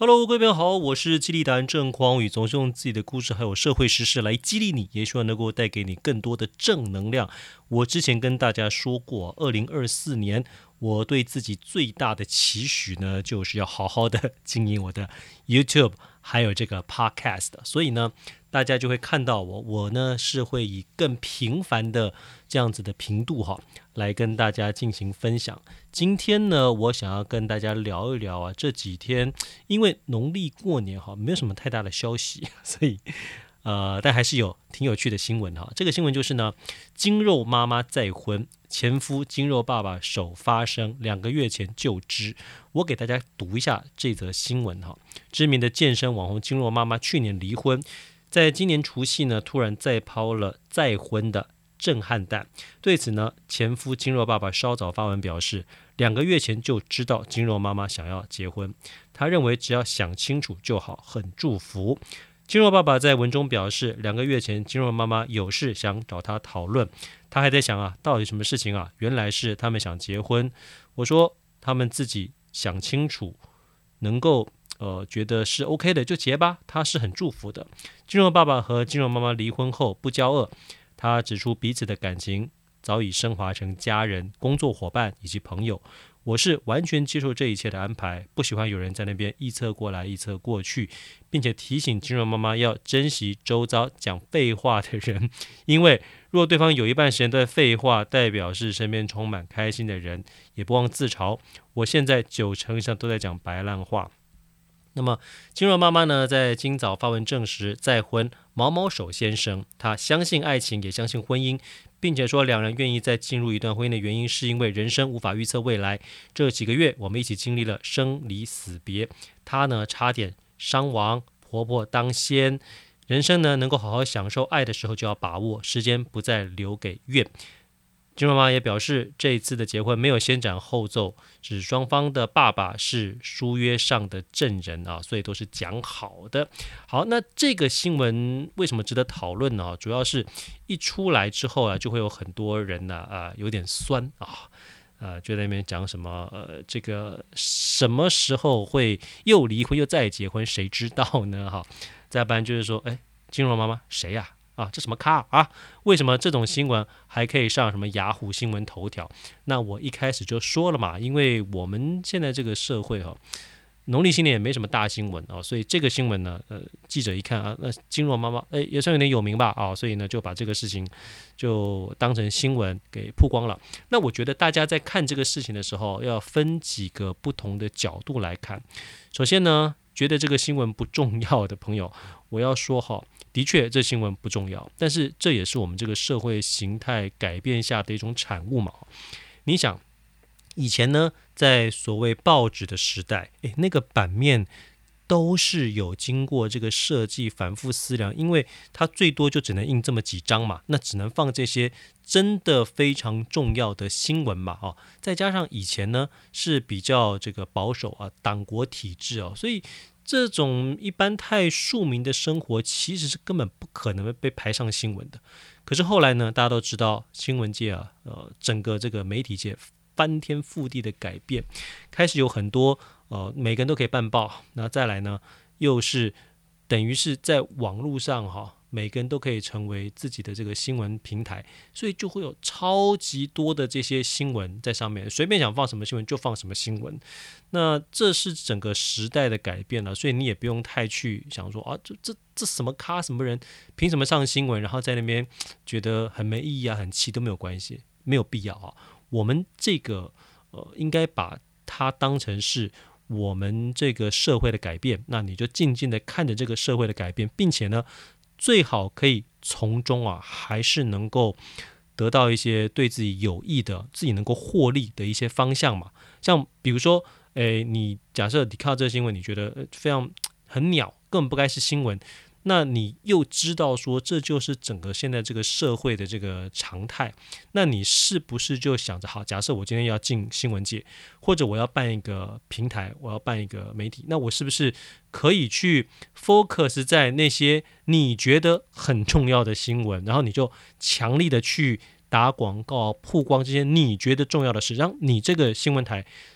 Hello，各位朋友好，我是激励达人郑匡宇，总是用自己的故事还有社会时事来激励你，也希望能够带给你更多的正能量。我之前跟大家说过，2024年我对自己最大的期许呢，就是要好好的经营我的 YouTube 还有这个 Podcast， 所以呢，大家就会看到我呢是会以更频繁的这样子的频度来跟大家进行分享。今天呢，我想要跟大家聊一聊这几天因为农历过年没有什么太大的消息，所以但还是有挺有趣的新闻这个新闻就是呢，精肉妈妈再婚，前夫精肉爸爸首发声，2个月前就知。我给大家读一下这则新闻知名的健身网红精肉妈妈去年离婚，在今年除夕呢，突然再抛了再婚的震撼弹。对此呢，前夫精肉爸爸稍早发文表示，2个月前就知道精肉妈妈想要结婚，他认为只要想清楚就好，很祝福。精肉爸爸在文中表示，2个月前精肉妈妈有事想找他讨论，他还在想到底什么事情原来是他们想结婚。我说他们自己想清楚，能够觉得是 OK 的就结吧，他是很祝福的。精肉爸爸和精肉妈妈离婚后不交恶，他指出彼此的感情早已升华成家人、工作伙伴以及朋友。我是完全接受这一切的安排，不喜欢有人在那边一侧过来一侧过去，并且提醒精肉妈妈要珍惜周遭讲废话的人，因为若对方有一半时间都在废话，代表是身边充满开心的人，也不忘自嘲。我现在90%以上都在讲白烂话。那么精肉妈妈呢，在今早发文证实再婚毛毛手先生，她相信爱情，也相信婚姻，并且说两人愿意再进入一段婚姻的原因是因为人生无法预测未来，这几个月我们一起经历了生离死别，她呢差点伤亡，婆婆当先，人生呢能够好好享受爱的时候就要把握，时间不再留给怨。精肉妈妈也表示，这一次的结婚没有先斩后奏，指双方的爸爸是书约上的证人所以都是讲好的。好，那这个新闻为什么值得讨论呢？主要是一出来之后就会有很多人有点酸就在那边讲什么这个什么时候会又离婚又再结婚，谁知道呢？再不然就是说，精肉妈妈谁呀？这什么咖为什么这种新闻还可以上什么雅虎新闻头条？那我一开始就说了嘛，因为我们现在这个社会农历新年也没什么大新闻所以这个新闻呢，记者一看那精肉妈妈也算有点有名吧所以呢就把这个事情就当成新闻给曝光了。那我觉得大家在看这个事情的时候，要分几个不同的角度来看。首先呢，觉得这个新闻不重要的朋友，我要说的确这新闻不重要，但是这也是我们这个社会形态改变下的一种产物嘛。你想以前呢，在所谓报纸的时代，那个版面都是有经过这个设计反复思量，因为它最多就只能印这么几张嘛，那只能放这些真的非常重要的新闻嘛再加上以前呢是比较这个保守党国体制所以这种一般太庶民的生活其实是根本不可能被排上新闻的。可是后来呢，大家都知道新闻界整个这个媒体界翻天覆地的改变，开始有很多每个人都可以办报，那再来呢又是等于是在网络上每个人都可以成为自己的这个新闻平台，所以就会有超级多的这些新闻在上面，随便想放什么新闻就放什么新闻。那这是整个时代的改变了，所以你也不用太去想说这什么咖什么人凭什么上新闻，然后在那边觉得很没意义很气都没有关系，没有必要我们这个应该把它当成是我们这个社会的改变，那你就静静的看着这个社会的改变，并且呢最好可以从中还是能够得到一些对自己有益的、自己能够获利的一些方向嘛。像比如说，你假设你看到这个新闻，你觉得非常很鸟，根本不该是新闻，那你又知道说这就是整个现在这个社会的这个常态，那你是不是就想着好，假设我今天要进新闻界，或者我要办一个平台，我要办一个媒体，那我是不是可以去 focus 在那些你觉得很重要的新闻，然后你就强力的去打广告曝光这些你觉得重要的事，让你这个新闻台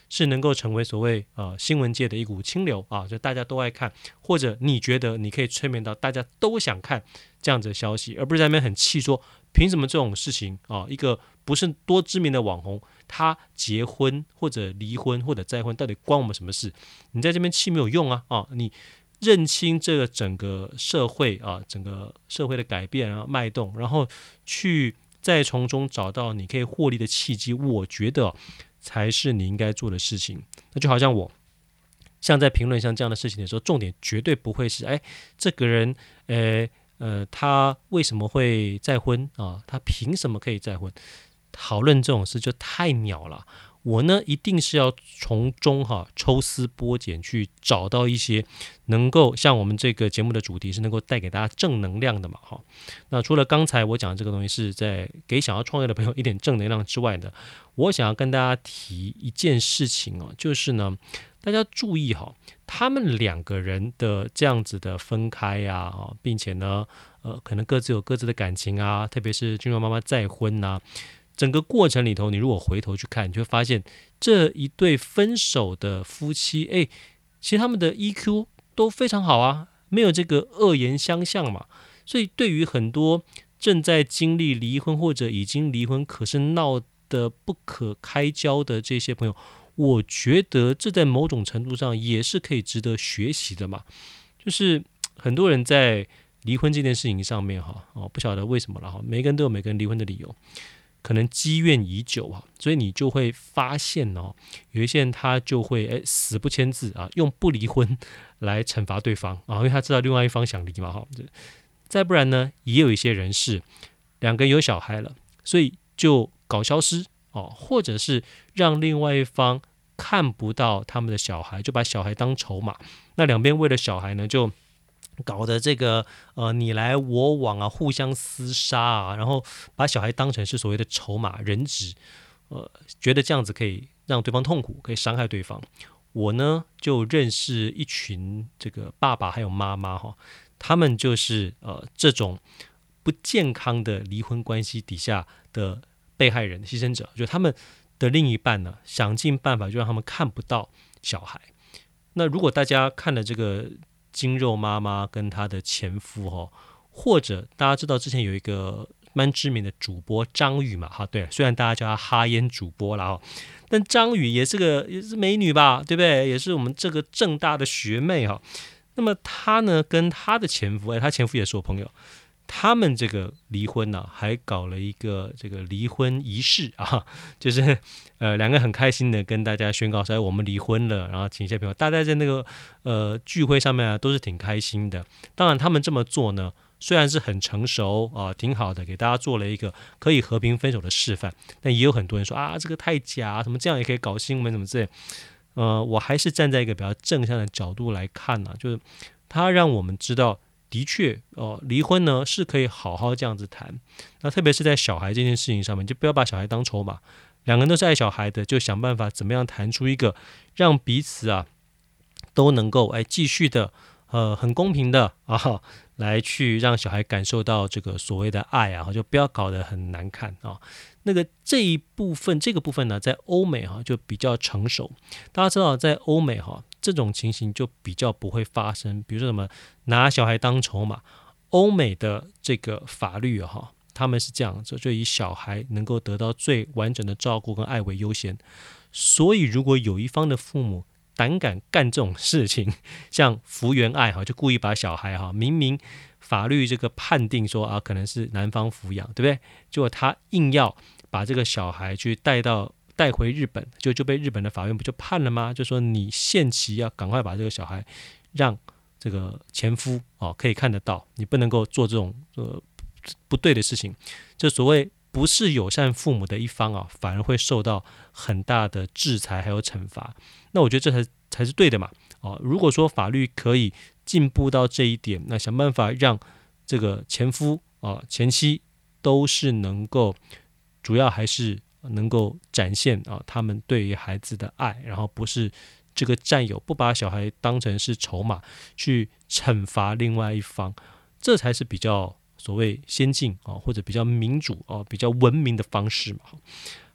是能够成为所谓新闻界的一股清流啊，就大家都爱看，或者你觉得你可以催眠到大家都想看这样子的消息，而不是在那边很气说凭什么这种事情啊，一个不是多知名的网红，他结婚或者离婚或者再婚，到底关我们什么事？你在这边气没有用啊！你认清这个整个社会啊，整个社会的改变啊脉动，然后去再从中找到你可以获利的契机，我觉得才是你应该做的事情。那就好像我像在评论像这样的事情的时候，重点绝对不会是这个人他为什么会再婚啊？他凭什么可以再婚？讨论这种事就太鸟了。我呢，一定是要从中抽丝剥茧，去找到一些能够像我们这个节目的主题是能够带给大家正能量的嘛那除了刚才我讲的这个东西是在给想要创业的朋友一点正能量之外呢，我想要跟大家提一件事情就是呢，大家注意他们两个人的这样子的分开并且呢可能各自有各自的感情啊，特别是君若妈妈再婚啊，整个过程里头，你如果回头去看，你就会发现这一对分手的夫妻，其实他们的 EQ 都非常好啊，没有这个恶言相向嘛。所以对于很多正在经历离婚或者已经离婚，可是闹得不可开交的这些朋友，我觉得这在某种程度上也是可以值得学习的嘛。就是很多人在离婚这件事情上面不晓得为什么了每个人都有每个人离婚的理由。可能积怨已久所以你就会发现有一些人他就会死不签字用不离婚来惩罚对方因为他知道另外一方想离嘛再不然呢，也有一些人是两个人有小孩了，所以就搞消失或者是让另外一方看不到他们的小孩，就把小孩当筹码。那两边为了小孩呢，就搞得这个你来我往互相厮杀然后把小孩当成是所谓的筹码人质，觉得这样子可以让对方痛苦，可以伤害对方。我呢就认识一群这个爸爸还有妈妈他们就是这种不健康的离婚关系底下的被害人、牺牲者，就他们的另一半呢，想尽办法就让他们看不到小孩。那如果大家看了这个金肉妈妈跟她的前夫或者大家知道之前有一个蛮知名的主播张宇嘛对，虽然大家叫她哈烟主播啦但张宇也是美女吧，对不对？也是我们这个政大的学妹那么她呢跟她的前夫她前夫也是我朋友，他们这个离婚呢还搞了一个这个离婚仪式就是两个很开心的跟大家宣告说我们离婚了，然后请一些朋友，大家在那个聚会上面都是挺开心的。当然他们这么做呢，虽然是很成熟挺好的，给大家做了一个可以和平分手的示范，但也有很多人说这个太假，什么这样也可以搞新闻什么之类。我还是站在一个比较正向的角度来看就是他让我们知道的确离婚呢是可以好好这样子谈。那特别是在小孩这件事情上面，就不要把小孩当筹码，两个人都是爱小孩的，就想办法怎么样谈出一个让彼此都能够继续的很公平的来去让小孩感受到这个所谓的爱就不要搞得很难看那个这个部分呢，在欧美就比较成熟。大家知道在欧美这种情形就比较不会发生，比如说什么拿小孩当筹码。欧美的这个法律他们是这样，就以小孩能够得到最完整的照顾跟爱为优先。所以如果有一方的父母胆敢干这种事情，像福原爱就故意把小孩明明法律这个判定说可能是男方抚养，对不对？结果他硬要把这个小孩去带回日本，就被日本的法院不就判了吗？就说你限期要赶快把这个小孩让这个前夫可以看得到，你不能够做这种不对的事情。就所谓不是友善父母的一方反而会受到很大的制裁还有惩罚。那我觉得这才是对的嘛如果说法律可以进步到这一点，那想办法让这个前夫前妻都是能够，主要还是能够展现他们对于孩子的爱，然后不是这个占有，不把小孩当成是筹码去惩罚另外一方，这才是比较所谓先进或者比较民主比较文明的方式嘛。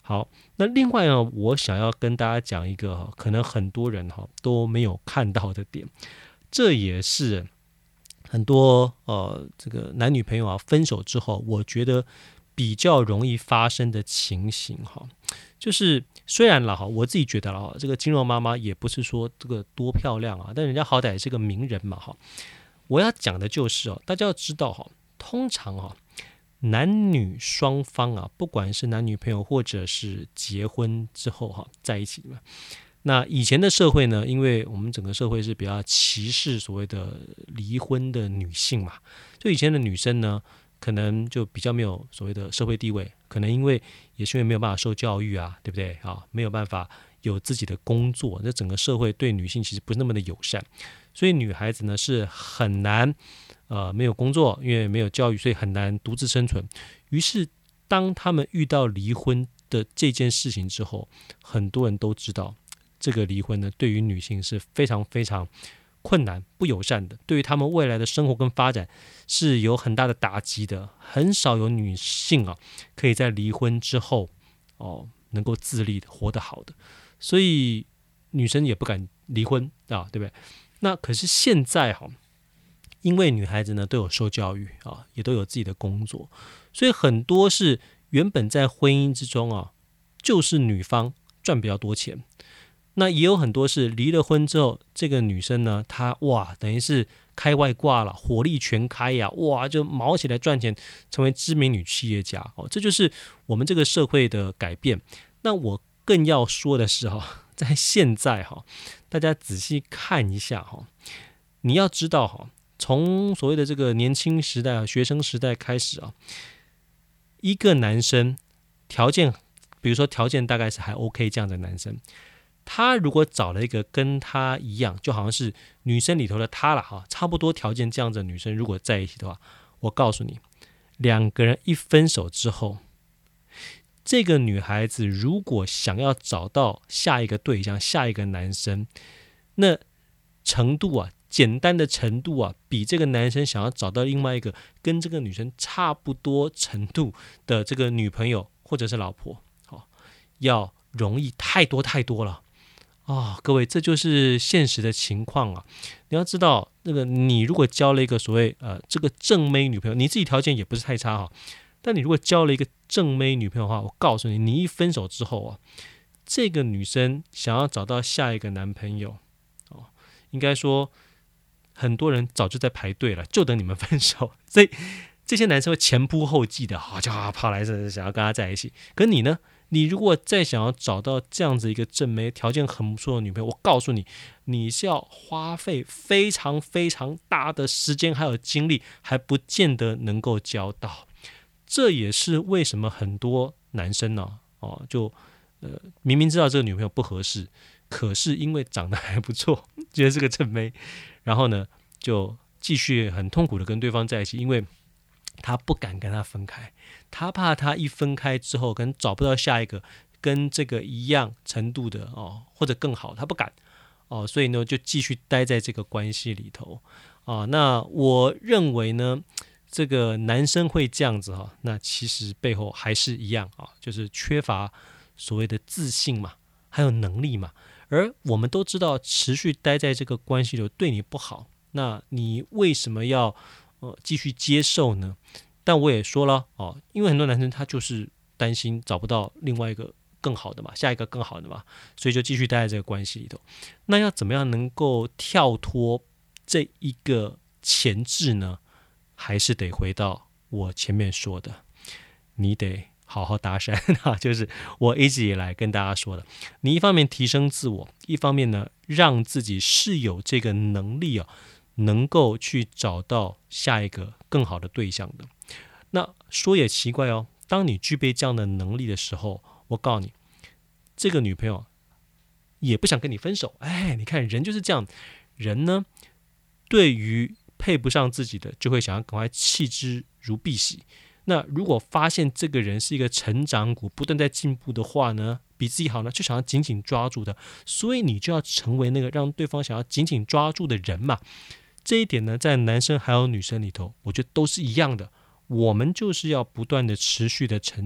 好，那另外呢，我想要跟大家讲一个可能很多人都没有看到的点，这也是很多这个男女朋友分手之后，我觉得比较容易发生的情形就是虽然啦我自己觉得啦这个金肉妈妈也不是说这个多漂亮但人家好歹也是个名人嘛我要讲的就是大家要知道通常男女双方不管是男女朋友或者是结婚之后在一起嘛，那以前的社会呢，因为我们整个社会是比较歧视所谓的离婚的女性嘛，就以前的女生呢，可能就比较没有所谓的社会地位，可能也是因为没有办法受教育对不对没有办法有自己的工作，那整个社会对女性其实不是那么的友善，所以女孩子呢是很难没有工作，因为没有教育，所以很难独自生存。于是当他们遇到离婚的这件事情之后，很多人都知道这个离婚呢对于女性是非常非常困难不友善的，对于他们未来的生活跟发展是有很大的打击的，很少有女性可以在离婚之后能够自立的活得好的，所以女生也不敢离婚对不对？那可是现在因为女孩子呢都有受教育也都有自己的工作，所以很多是原本在婚姻之中就是女方赚比较多钱，那也有很多是离了婚之后，这个女生呢她等于是开外挂了，火力全开就毛起来赚钱，成为知名女企业家这就是我们这个社会的改变。那我更要说的是在现在大家仔细看一下你要知道从所谓的这个年轻时代学生时代开始一个男生条件，比如说条件大概是还 OK 这样的男生，他如果找了一个跟他一样，就好像是女生里头的他啦差不多条件这样的女生，如果在一起的话，我告诉你，两个人一分手之后，这个女孩子如果想要找到下一个对象，下一个男生，那程度简单的程度比这个男生想要找到另外一个跟这个女生差不多程度的这个女朋友或者是老婆要容易太多太多了各位，这就是现实的情况你要知道，你如果交了一个所谓这个正妹女朋友，你自己条件也不是太差但你如果交了一个正妹女朋友的话，我告诉你，你一分手之后这个女生想要找到下一个男朋友应该说很多人早就在排队了，就等你们分手，所以这些男生会前仆后继的就跑来想要跟他在一起。可你呢，你如果再想要找到这样子一个正妹条件很不错的女朋友，我告诉你，你是要花费非常非常大的时间还有精力，还不见得能够交到。这也是为什么很多男生就明明知道这个女朋友不合适，可是因为长得还不错，觉得是个正妹，然后呢就继续很痛苦的跟对方在一起，因为他不敢跟他分开，他怕他一分开之后可能找不到下一个跟这个一样程度的或者更好，他不敢所以呢就继续待在这个关系里头那我认为呢，这个男生会这样子那其实背后还是一样就是缺乏所谓的自信嘛，还有能力嘛。而我们都知道，持续待在这个关系里对你不好，那你为什么要继续接受呢？但我也说了因为很多男生他就是担心找不到另外一个更好的嘛，下一个更好的嘛，所以就继续待在这个关系里头。那要怎么样能够跳脱这一个前置呢？还是得回到我前面说的，你得好好搭讪就是我一直以来跟大家说的，你一方面提升自我，一方面呢让自己是有这个能力能够去找到下一个更好的对象的。那说也奇怪当你具备这样的能力的时候，我告诉你，这个女朋友也不想跟你分手。你看人就是这样，人呢对于配不上自己的，就会想要赶快弃之如敝屣。那如果发现这个人是一个成长股，不断在进步的话呢，比自己好呢，就想要紧紧抓住的。所以你就要成为那个让对方想要紧紧抓住的人嘛。这一点呢，在男生还有女生里头，我觉得都是一样的。我们就是要不断的持续的成长，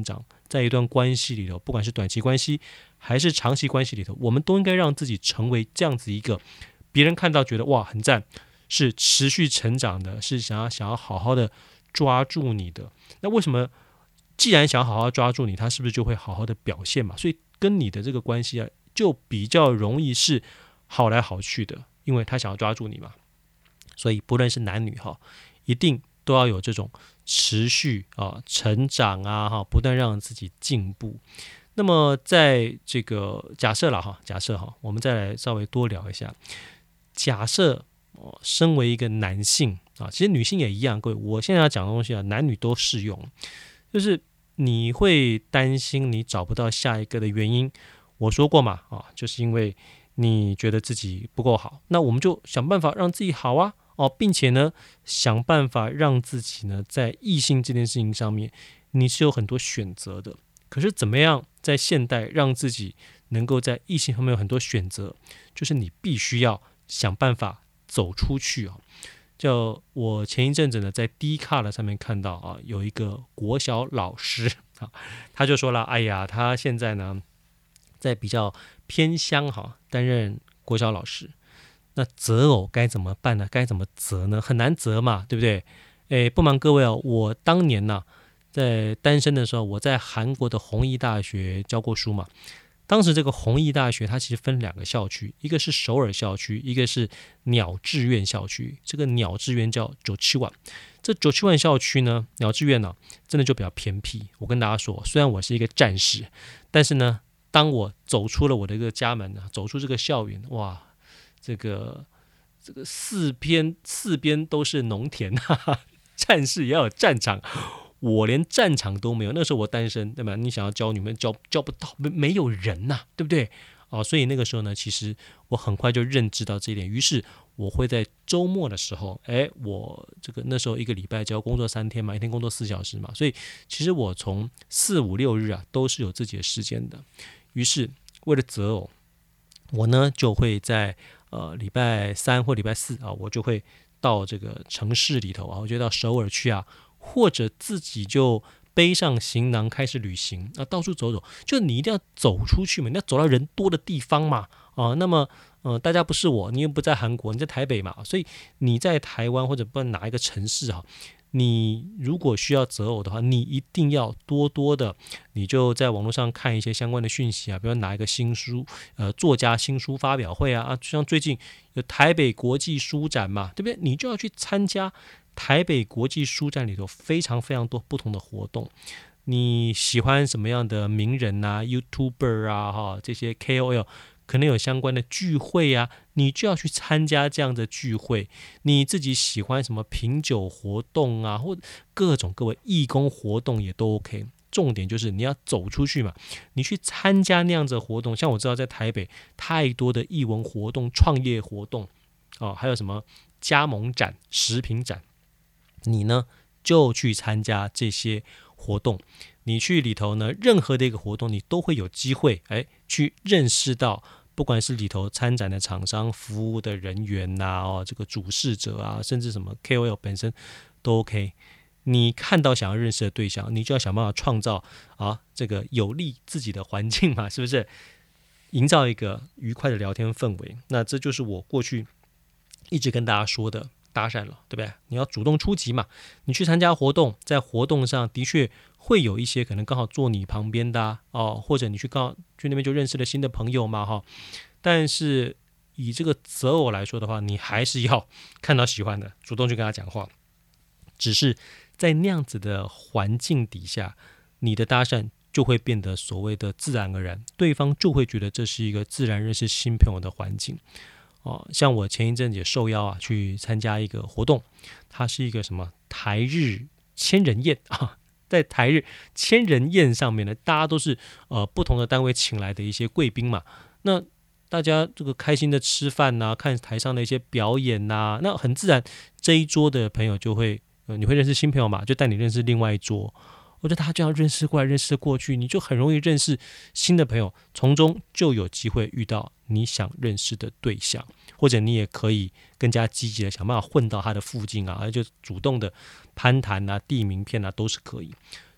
在一段关系里头，不管是短期关系还是长期关系里头，我们都应该让自己成为这样子一个别人看到觉得哇很赞，是持续成长的，是想要好好的抓住你的。那为什么既然想要好好抓住你，他是不是就会好好的表现嘛？所以跟你的这个关系啊，就比较容易是好来好去的，因为他想要抓住你嘛。所以不论是男女哈，一定都要有这种持续成长啊不断让自己进步。那么在这个假设我们再来稍微多聊一下。假设身为一个男性啊，其实女性也一样，各位，我现在要讲的东西啊，男女都适用。就是你会担心你找不到下一个的原因，我说过嘛就是因为你觉得自己不够好，那我们就想办法让自己好啊并且呢，想办法让自己呢，在异性这件事情上面，你是有很多选择的。可是怎么样在现代让自己能够在异性方面有很多选择，就是你必须要想办法走出去就我前一阵子呢，在 Dcard 上面看到有一个国小老师他就说了，哎呀，他现在呢在比较偏乡担任国小老师，那择偶该怎么办呢？该怎么择呢？很难择嘛，对不对？不瞒各位我当年在单身的时候，我在韩国的弘毅大学教过书嘛。当时这个弘毅大学它其实分2个校区，一个是首尔校区，一个是鸟志院校区。这个鸟志院叫971，这971校区呢，鸟志院真的就比较偏僻。我跟大家说，虽然我是一个战士，但是呢，当我走出了我的一个家门走出这个校园，哇，这个四边都是农田战士也要有战场。我连战场都没有，那时候我单身，对吧？你想要交女朋友交不到，没有人对不对？所以那个时候呢，其实我很快就认知到这一点，于是我会在周末的时候，我那时候一个礼拜只要工作3天嘛，一天工作4小时嘛，所以其实我从4、5、6日都是有自己的时间的。于是为了择偶，我呢就会在礼拜3或礼拜4我就会到这个城市里头我就到首尔去或者自己就背上行囊开始旅行到处走走，就你一定要走出去嘛，你要走到人多的地方嘛那么大家不是我，你又不在韩国，你在台北嘛，所以你在台湾或者不管哪一个城市你如果需要择偶的话，你一定要多多的，你就在网络上看一些相关的讯息比如拿一个新书作家新书发表会就像最近有台北国际书展嘛，对不对？你就要去参加台北国际书展里头非常非常多不同的活动。你喜欢什么样的名人YouTuber 这些 KOL 可能有相关的聚会你就要去参加这样的聚会。你自己喜欢什么品酒活动或各种各位义工活动也都 OK。重点就是你要走出去嘛，你去参加那样子的活动。像我知道在台北太多的艺文活动、创业活动还有什么加盟展、食品展，你呢就去参加这些活动。你去里头呢，任何的一个活动，你都会有机会去认识到，不管是里头参展的厂商、服务的人员这个主事者甚至什么 KOL 本身都 OK。你看到想要认识的对象，你就要想办法创造这个有利自己的环境嘛，是不是？营造一个愉快的聊天氛围。那这就是我过去一直跟大家说的搭讪了，对不对？你要主动出击嘛，你去参加活动，在活动上的确会有一些可能刚好坐你旁边的或者你去那边就认识了新的朋友嘛但是以这个择偶来说的话，你还是要看到喜欢的，主动去跟他讲话。只是在那样子的环境底下，你的搭讪就会变得所谓的自然而然，对方就会觉得这是一个自然认识新朋友的环境像我前一阵也受邀去参加一个活动，它是一个什么台日千人宴在台日千人宴上面呢，大家都是不同的单位请来的一些贵宾嘛，那大家这个开心的吃饭看台上的一些表演那很自然这一桌的朋友就会你会认识新朋友嘛，就带你认识另外一桌。我觉得大家这样认识过来认识过去，你就很容易认识新的朋友，从中就有机会遇到你想认识的对象，或者你也可以更加积极的想办法混到他的附近就主动的攀谈递名片都是可以。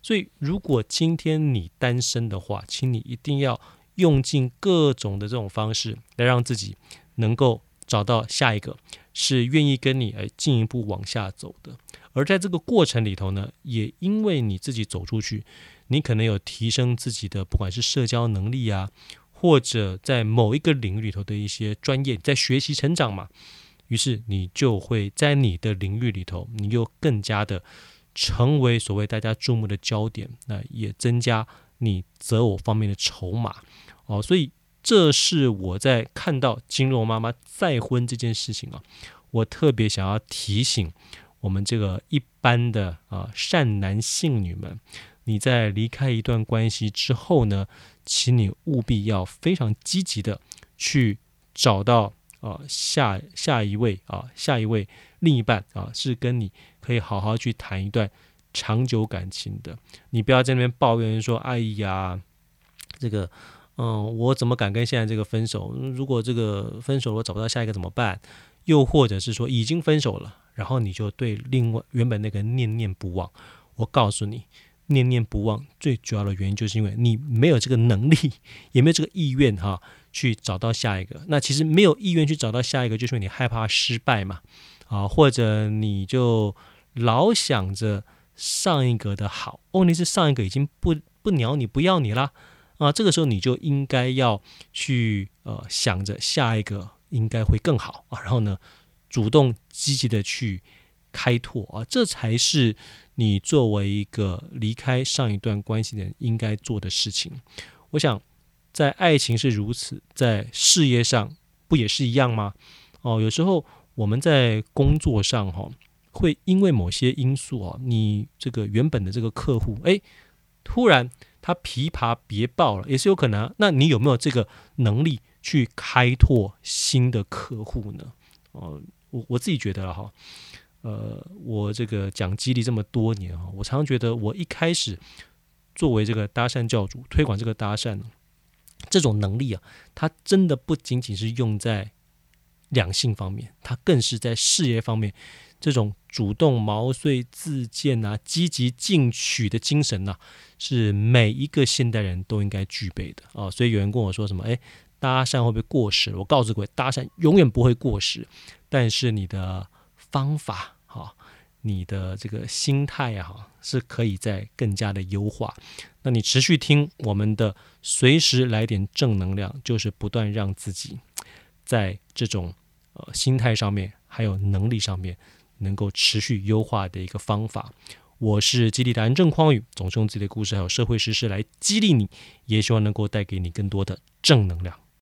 所以如果今天你单身的话，请你一定要用尽各种的这种方式来让自己能够找到下一个是愿意跟你进一步往下走的。而在这个过程里头呢，也因为你自己走出去，你可能有提升自己的不管是社交能力啊，或者在某一个领域里头的一些专业，在学习成长嘛，于是你就会在你的领域里头，你又更加的成为所谓大家注目的焦点，那也增加你择偶方面的筹码所以这是我在看到金融妈妈再婚这件事情我特别想要提醒我们这个一般的善男信女们，你在离开一段关系之后呢，请你务必要非常积极的去找到下一位另一半是跟你可以好好去谈一段长久感情的。你不要在那边抱怨说，哎呀，这个我怎么敢跟现在这个分手？如果这个分手我找不到下一个怎么办？又或者是说已经分手了，然后你就对另外原本那个念念不忘。我告诉你，念念不忘最主要的原因就是因为你没有这个能力，也没有这个意愿去找到下一个。那其实没有意愿去找到下一个，就是因为你害怕失败嘛或者你就老想着上一个的好，问题是上一个已经不鸟你不要你啦这个时候你就应该要去想着下一个应该会更好然后呢主动积极的去开拓这才是你作为一个离开上一段关系的人应该做的事情。我想在爱情是如此，在事业上不也是一样吗有时候我们在工作上会因为某些因素你这个原本的这个客户突然他琵琶别抱了，也是有可能那你有没有这个能力去开拓新的客户呢我自己觉得我这个讲激励这么多年我常常觉得我一开始作为这个搭讪教主推广这个搭讪这种能力它真的不仅仅是用在两性方面，它更是在事业方面，这种主动毛遂自荐积极进取的精神是每一个现代人都应该具备的所以有人跟我说什么搭讪会不会过时？我告诉各位，搭讪永远不会过时，但是你的方法你的这个心态是可以再更加的优化。那你持续听我们的随时来点正能量，就是不断让自己在这种心态上面还有能力上面能够持续优化的一个方法。我是激励达人郑匡宇，总是用自己的故事还有社会时事来激励你，也希望能够带给你更多的正能量。